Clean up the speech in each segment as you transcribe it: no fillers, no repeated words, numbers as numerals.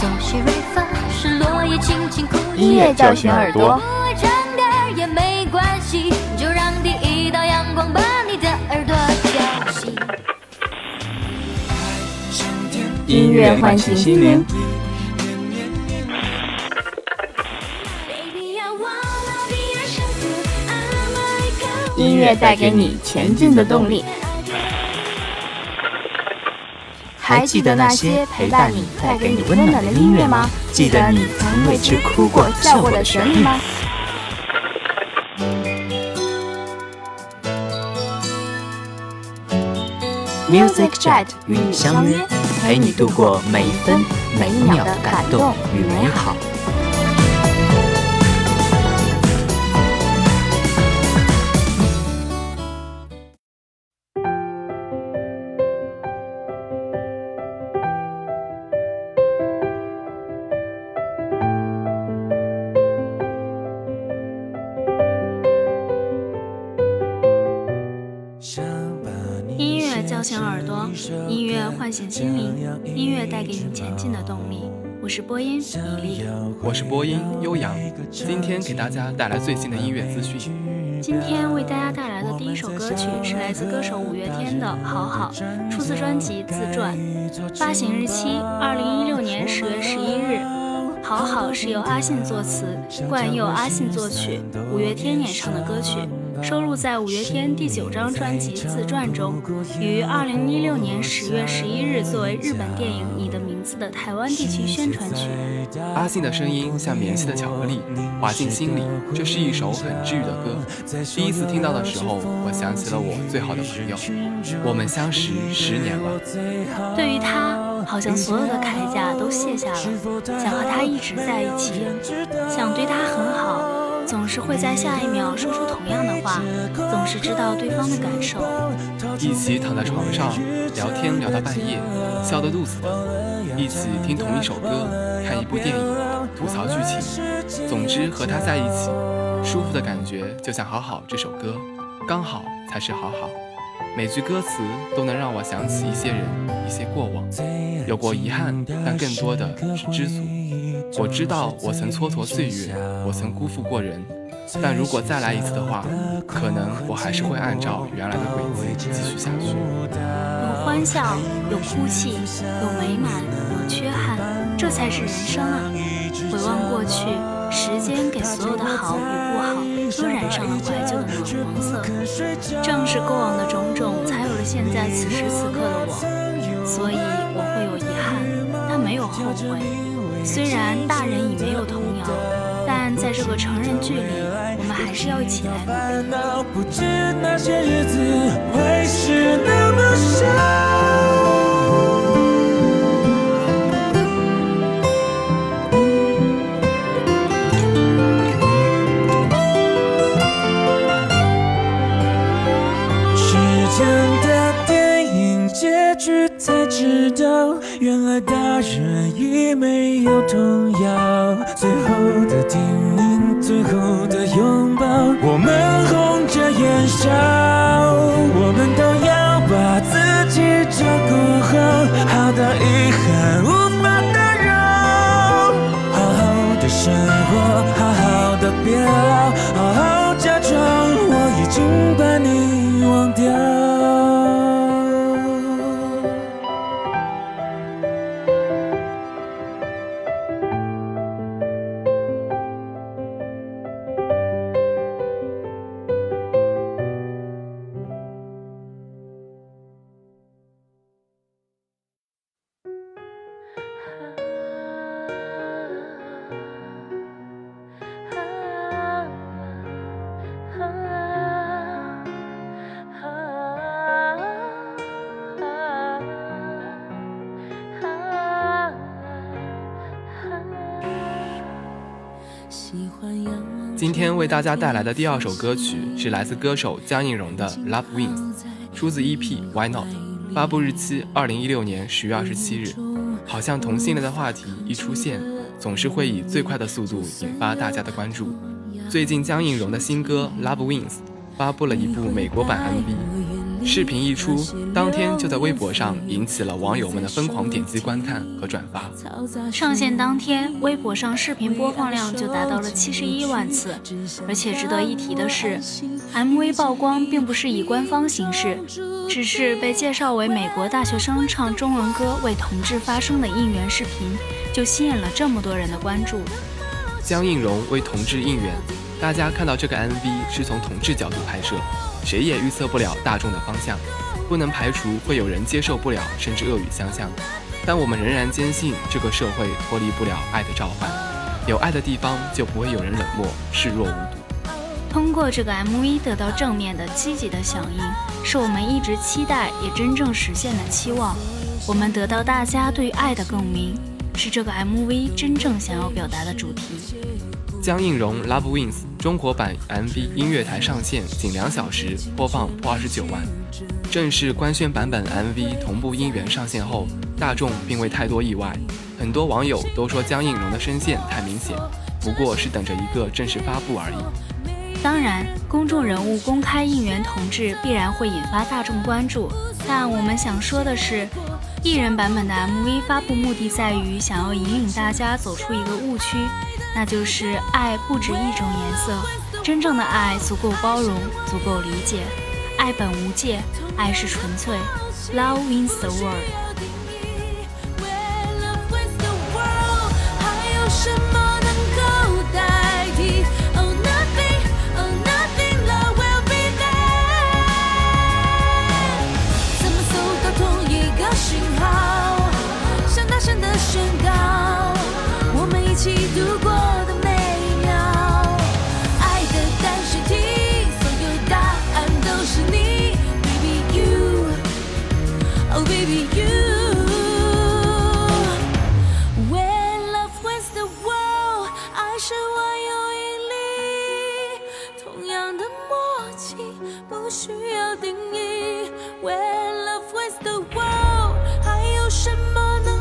音乐叫醒耳朵。 也没关系，就让第一道阳光把你的耳朵叫醒。 音乐唤醒心灵。音乐带给你前进的动力。还记得那些陪伴你、带给你温暖的音乐吗？记得你曾为之哭过、笑过的旋律吗？Music Jet 与你相约，陪你度过每一分每一秒的感动与美好。 音乐叫醒耳朵，音乐唤醒心灵，音乐带给你前进的动力。我是播音米粒， 我是播音悠扬。今天给大家带来最新的音乐资讯。 今天为大家带来的第一首歌曲是来自歌手五月天的《好好》，出自专辑《自传》，发行日期2016年10月11日。好好是由阿信作词，冠佑阿信作曲，五月天演唱的歌曲，收录在五月天第9张专辑《自传》中，于2016年10月11日作为日本电影《你的名字》的台湾地区宣传曲。 阿信的声音像绵细的巧克力，滑进心里，这是一首很治愈的歌。第一次听到的时候，我想起了我最好的朋友，我们相识10年了。 对于他，好像所有的铠甲都卸下了，想和他一直在一起，想对他很好，总是会在下一秒说出同样的话，总是知道对方的感受。 一起躺在床上聊天聊到半夜，笑得肚子疼，一起听同一首歌，看一部电影，吐槽剧情。总之和他在一起，舒服的感觉就像好好这首歌，刚好才是好好。每句歌词都能让我想起一些人，一些过往，有过遗憾，但更多的是知足。我知道我曾蹉跎岁月，我曾辜负过人，但如果再来一次的话，可能我还是会按照原来的轨迹继续下去。 有欢笑，有哭泣，有美满，有缺憾，这才是人生啊！回望过去，时间给所有的好与不好都染上了怀旧的暖黄色，正是过往的种种，才有了现在此时此刻的我。所以我会有遗憾，但没有后悔。虽然大人已没有童谣，但在这个成人剧里，我们还是要一起来努力。 不知那些日子会是那么伤。才知道，原来大人已没有童谣。最后的叮咛，最后的拥抱，我们红着眼笑，我们都要把自己照顾好，好到遗憾无法打扰。好好的生活，好好的别老，好好假装我已经把你忘掉。 今天为大家带来的第2首歌曲是来自歌手江映蓉的 Love Wins， 出自 EP Why Not， 发布日期2016年10月27日。好像同性恋的话题一出现，总是会以最快的速度引发大家的关注。最近江映蓉的新歌 Love Wins 发布了一部美国版 MV， 视频一出，当天就在微博上引起了网友们的疯狂点击观看和转发。 上线当天，微博上视频播放量就达到了71万次。而且值得一提的是， MV 曝光并不是以官方形式，只是被介绍为美国大学生唱中文歌为同志发声的应援视频，就吸引了这么多人的关注。 江映蓉为同志应援，大家看到这个 MV 是从同志角度拍摄，谁也预测不了大众的方向，不能排除会有人接受不了，甚至恶语相向。但我们仍然坚信，这个社会脱离不了爱的召唤，有爱的地方就不会有人冷漠视若无睹。 通过这个 MV 得到正面的积极的响应，是我们一直期待也真正实现的期望。我们得到大家对爱的共鸣，是这个 MV 真正想要表达的主题。 江映蓉 Love Wins 中国版 MV 音乐台上线仅2小时，播放破29万。正式官宣版本 MV 同步音源上线后，大众并未太多意外，很多网友都说江映蓉的声线太明显，不过是等着一个正式发布而已。 当然，公众人物公开应援同志必然会引发大众关注，但我们想说的是，艺人版本的 MV 发布目的在于想要引领大家走出一个误区，那就是爱不止一种颜色，真正的爱足够包容，足够理解，爱本无界，爱是纯粹。 Love wins the world。 宣告我们一起度过的每一秒，爱的单选题，所有答案都是你 Baby you Oh baby you Where love wins the world 爱是万有引力，同样的默契不需要定义 Where love wins the world 还有什么能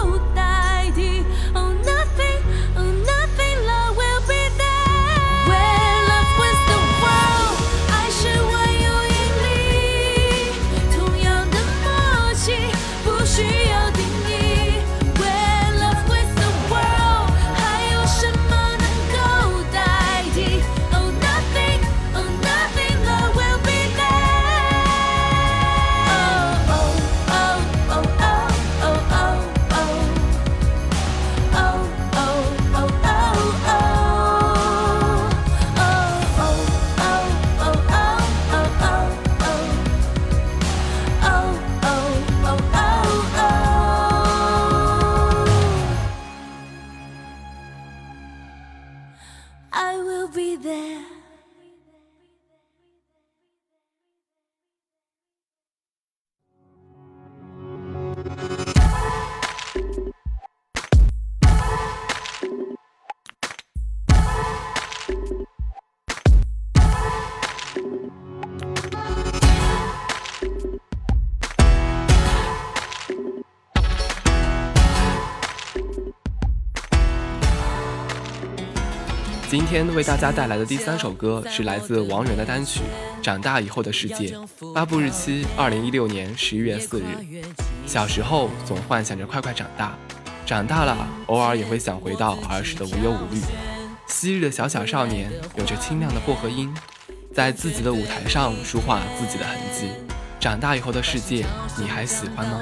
今天为大家带来的第3首歌是来自王源的单曲《长大以后的世界》，发布日期2016年11月4日。小时候总幻想着快快长大，长大了偶尔也会想回到儿时的无忧无虑。昔日的小小少年有着清亮的薄荷音，在自己的舞台上抒化自己的痕迹。长大以后的世界，你还喜欢吗？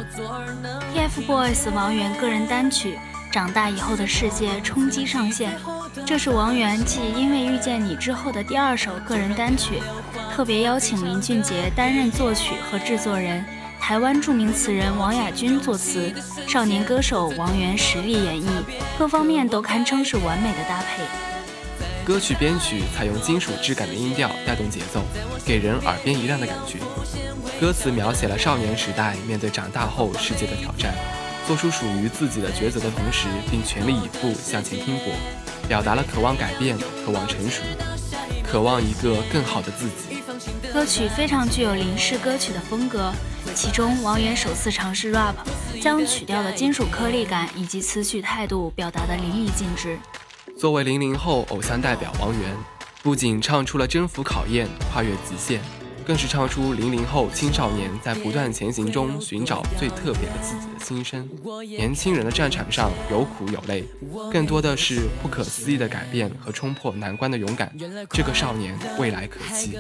TFBOYS 王源个人单曲《长大以后的世界》冲击上线，这是王源继《因为遇见你》之后的第2首个人单曲，特别邀请林俊杰担任作曲和制作人，台湾著名词人王雅君作词，少年歌手王源实力演绎，各方面都堪称是完美的搭配。 歌曲编曲采用金属质感的音调带动节奏，给人耳边一亮的感觉。歌词描写了少年时代面对长大后世界的挑战，做出属于自己的抉择的同时，并全力以赴向前拼搏，表达了渴望改变、渴望成熟、渴望一个更好的自己。 歌曲非常具有林式歌曲的风格，其中王源首次尝试 rap， 将曲调的金属颗粒感以及词曲态度表达得淋漓尽致。 作为00后偶像代表王源，不仅唱出了征服考验、跨越极限， 更是唱出00后青少年在不断前行中寻找最特别的自己的心声。年轻人的战场上有苦有泪，更多的是不可思议的改变和冲破难关的勇敢。这个少年未来可期。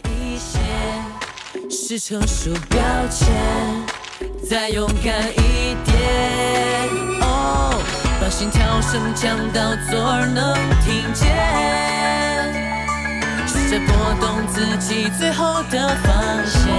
是成熟标签，再勇敢一点哦，把心跳声降到左耳能听见，试着拨动自己最后的防线，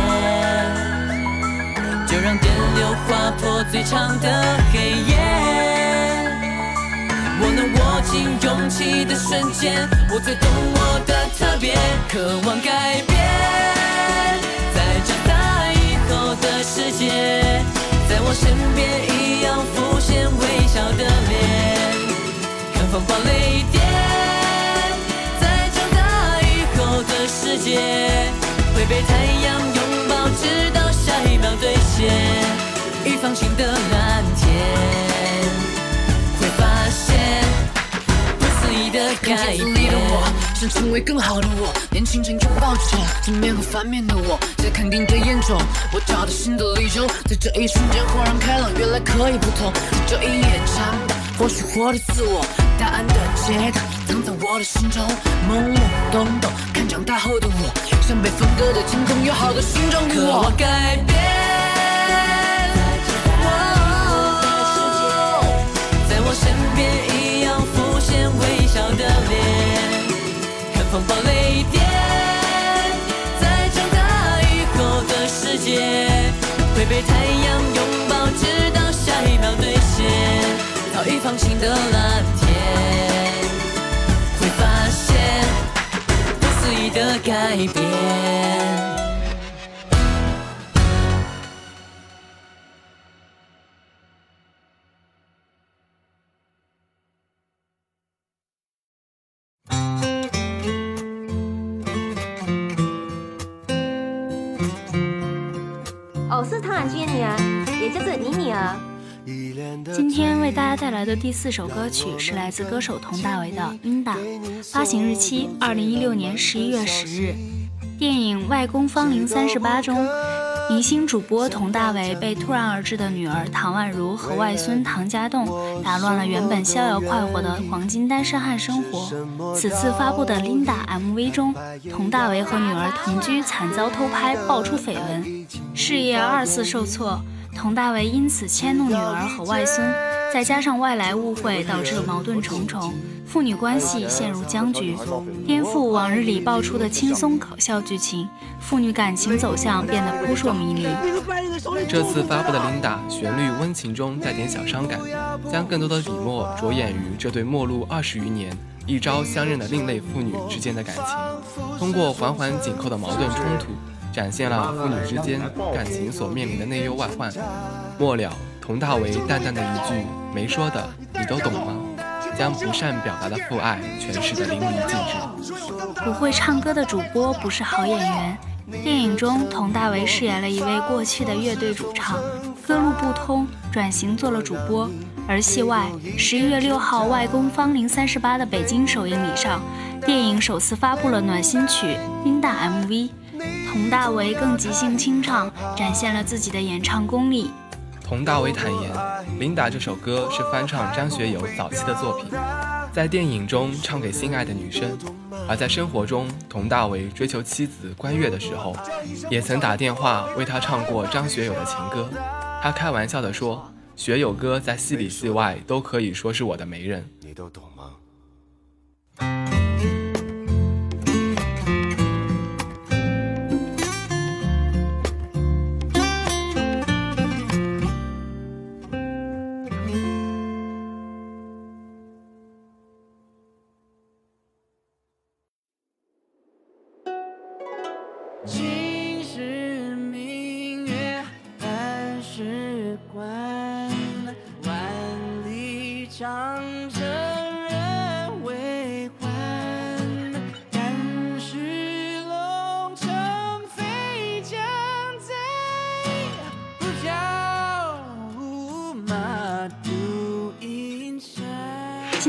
就让电流划破最长的黑夜。我能握紧勇气的瞬间，我最懂我的特别，渴望改变。在长大以后的世界，在我身边一样浮现微笑的脸，看风暴雷电。在长大以后的世界，会被太阳拥抱，直到下一秒兑现。一方新的蓝天，会发现不思议的改变。想成为更好的我，年轻人拥抱着正面和反面的我，在肯定的眼中，我找到新的理由。在这一瞬间豁然开朗，原来可以不同。在这一夜长大，或许活的自我，答案的解答藏在我的心中，懵懵懂懂看长大后的我，像被分割的天空，有好多心中的我，渴望改变。在我身边一样浮现微笑的脸，看风暴雷电。在长大以后的世界，会被太阳拥抱，直到下一秒兑现。到一方新的蓝天，会发现不思议的改变。 我是唐冉君的女儿，也就是你女儿。 今天为大家带来的第4首歌曲是来自歌手佟大为的《Linda》，发行日期2016年11月10日。电影《外公芳龄38》中，明星主播佟大为被突然而至的女儿唐宛如和外孙唐家栋打乱了原本逍遥快活的黄金单身汉生活。此次发布的 Linda MV 中，佟大为和女儿同居惨遭偷拍，爆出绯闻，事业2次受挫。佟大为因此迁怒女儿和外孙，再加上外来误会，导致矛盾重重，父女关系陷入僵局，颠覆往日里爆出的轻松搞笑剧情，父女感情走向变得扑朔迷离。 这次发布的 Linda 旋律温情中带点小伤感，将更多的笔墨着眼于这对陌路20余年一朝相认的另类父女之间的感情，通过环环紧扣的矛盾冲突，展现了父女之间感情所面临的内忧外患。末了，佟大为淡淡的一句“没说的，你都懂吗”，将不善表达的父爱诠释得淋漓尽致。 不会唱歌的主播不是好演员。电影中，佟大为饰演了一位过气的乐队主唱，歌路不通，转型做了主播。而戏外，11月6号外公芳龄38的北京首映礼上，电影首次发布了暖心曲《Linda》MV，佟大为更即兴清唱，展现了自己的演唱功力。 佟大为坦言，《Linda》这首歌是翻唱张学友早期的作品，在电影中唱给心爱的女生，而在生活中，佟大为追求妻子关悦的时候，也曾打电话为她唱过张学友的情歌。他开玩笑地说，学友哥在戏里戏外都可以说是我的媒人。 你都懂吗？ 今日明月半时关，万里长征人未还。但是龙城飞将在，不教胡马度阴山。 今天为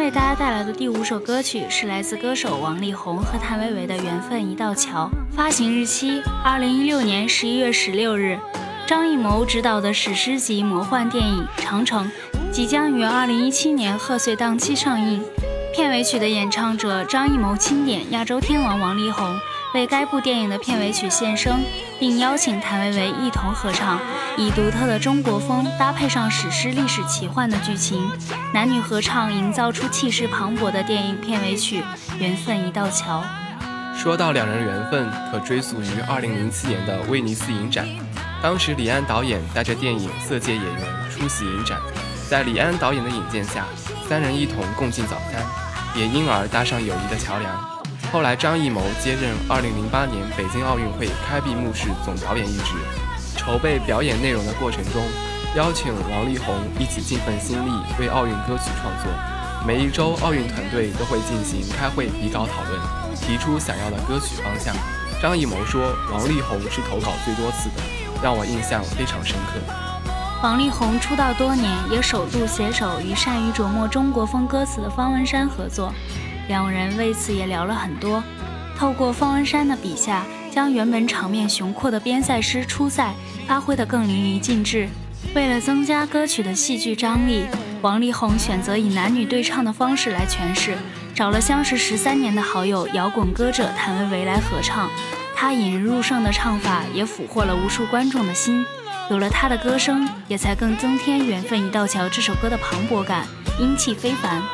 为大家带来的第5首歌曲是来自歌手王力宏和谭维维的《缘分一道桥》，发行日期2016年11月16日。张艺谋执导的史诗级魔幻电影《长城》即将于2017年贺岁档期上映。片尾曲的演唱者张艺谋钦点亚洲天王王力宏为该部电影的片尾曲献声，并邀请谭维维一同合唱，以独特的中国风搭配上史诗历史奇幻的剧情，男女合唱营造出气势磅礴的电影片尾曲《缘分一道桥》。 说到两人缘分，可追溯于2007年的威尼斯影展。当时李安导演带着电影《色戒》演员出席影展，在李安导演的引荐下，3人一同共进早餐，也因而搭上友谊的桥梁。后来张艺谋接任2008年北京奥运会开闭幕式总导演一职，筹备表演内容的过程中，邀请王力宏一起尽份心力为奥运歌曲创作。每一周奥运团队都会进行开会比稿讨论，提出想要的歌曲方向。张艺谋说王力宏是投稿最多次的，让我印象非常深刻。 王力宏出道多年，也首度携手与善于琢磨中国风歌词的方文山合作，两人为此也聊了很多。透过方文山的笔下，将原本场面雄阔的边赛诗出赛发挥得更淋漓尽致。为了增加歌曲的戏剧张力，王力宏选择以男女对唱的方式来诠释，找了相识13年的好友摇滚歌者谭维维来合唱。他引人入胜的唱法也俘获了无数观众的心，有了他的歌声，也才更增添《缘分一道桥》这首歌的磅礴感，英气非凡。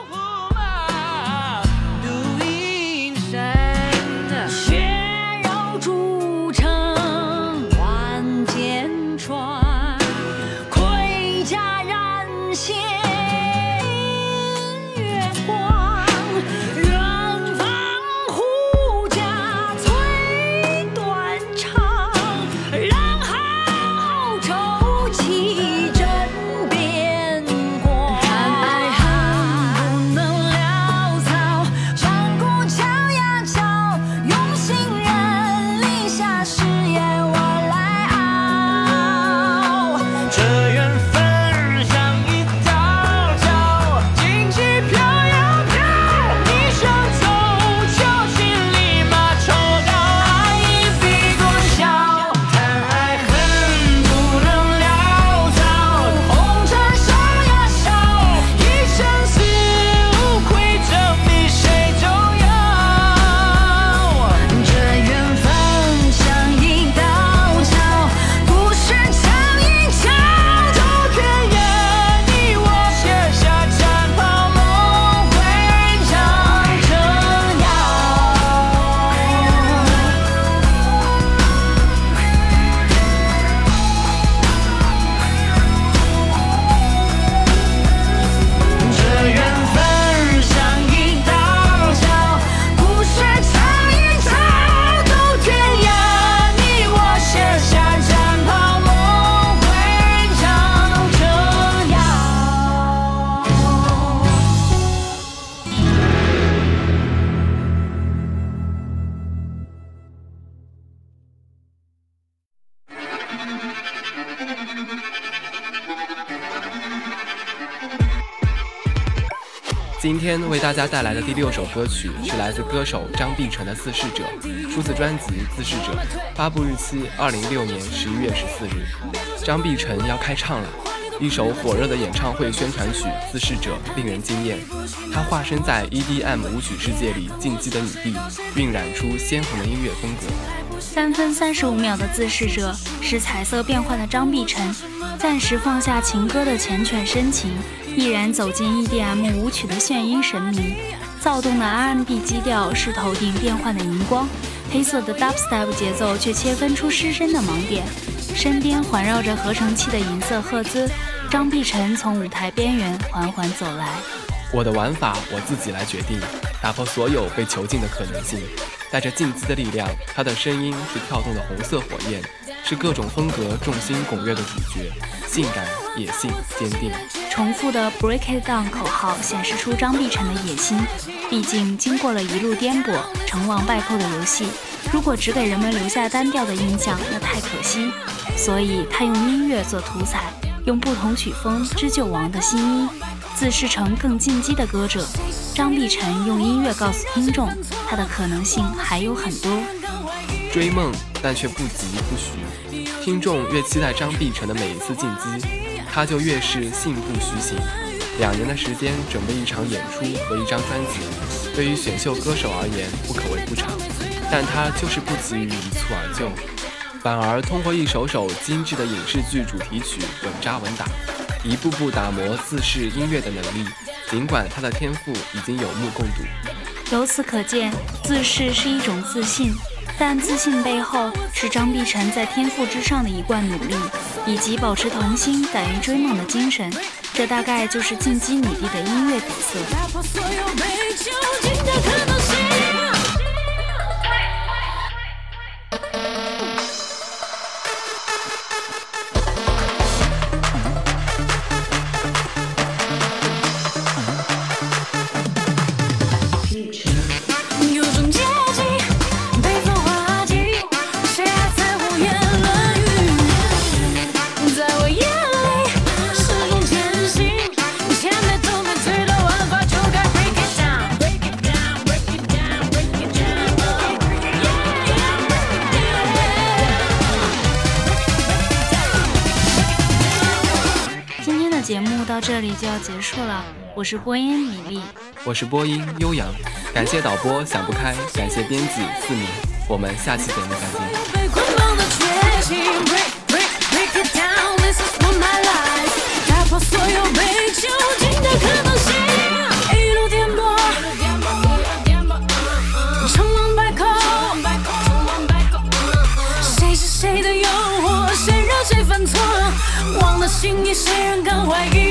今天为大家带来的第6首歌曲是来自歌手张碧晨的《自噬者》，出自专辑《自噬者》，发布日期2016年11月14日。张碧晨要开唱了，一首火热的演唱会宣传曲《自噬者》令人惊艳。她化身在 EDM 舞曲世界里进击的女帝，晕染出鲜红的音乐风格。 3分35秒的《自噬者》使彩色变幻的张碧晨暂时放下情歌的缱绻深情，毅然走进 EDM 舞曲的眩晕神迷。躁动的 R&B 基调是头顶变幻的荧光，黑色的 Dubstep 节奏却切分出失真的盲点。身边环绕着合成器的银色赫兹，张碧晨从舞台边缘缓缓走来。 我的玩法我自己来决定，打破所有被囚禁的可能性。带着静姿的力量，他的声音是跳动的红色火焰，是各种风格众星拱月的主角，性感、野性、坚定。 重复的 Break It Down 口号显示出张碧晨的野心。毕竟经过了一路颠簸、成王败寇的游戏，如果只给人们留下单调的印象，那太可惜。所以他用音乐做图彩，用不同曲风织就王的新衣。 自视成更进击的歌者，张碧晨用音乐告诉听众，他的可能性还有很多。 追梦，但却不急不徐。听众越期待张碧晨的每一次进击，他就越是信步徐行。2年的时间准备一场演出和一张专辑，对于选秀歌手而言不可谓不长，但他就是不急于一蹴而就，反而通过一首首精致的影视剧主题曲稳扎稳打，一步步打磨自视音乐的能力。尽管他的天赋已经有目共睹。 由此可见，自视是一种自信，但自信背后是张碧晨在天赋之上的一贯努力，以及保持童心敢于追梦的精神。这大概就是进击女帝的音乐底色。 打破所有被囚禁的可能性。有种阶级被风化解，谁还在乎言论语？在我眼里是种前行，前面都没追到玩法就该 break it down break it down break it down break it down yeah 今天的节目到这里就要结束了，我是播音米粒， 我是播音悠扬，感谢导播想不开，感谢编辑四明，我们下期节目再见。 被捆绑的决心 break break break it down this is for my life 打破所有被囚禁的可能性，一路颠簸成王败寇，谁是谁的诱惑，谁让谁犯错，忘了心意，谁人敢怀疑？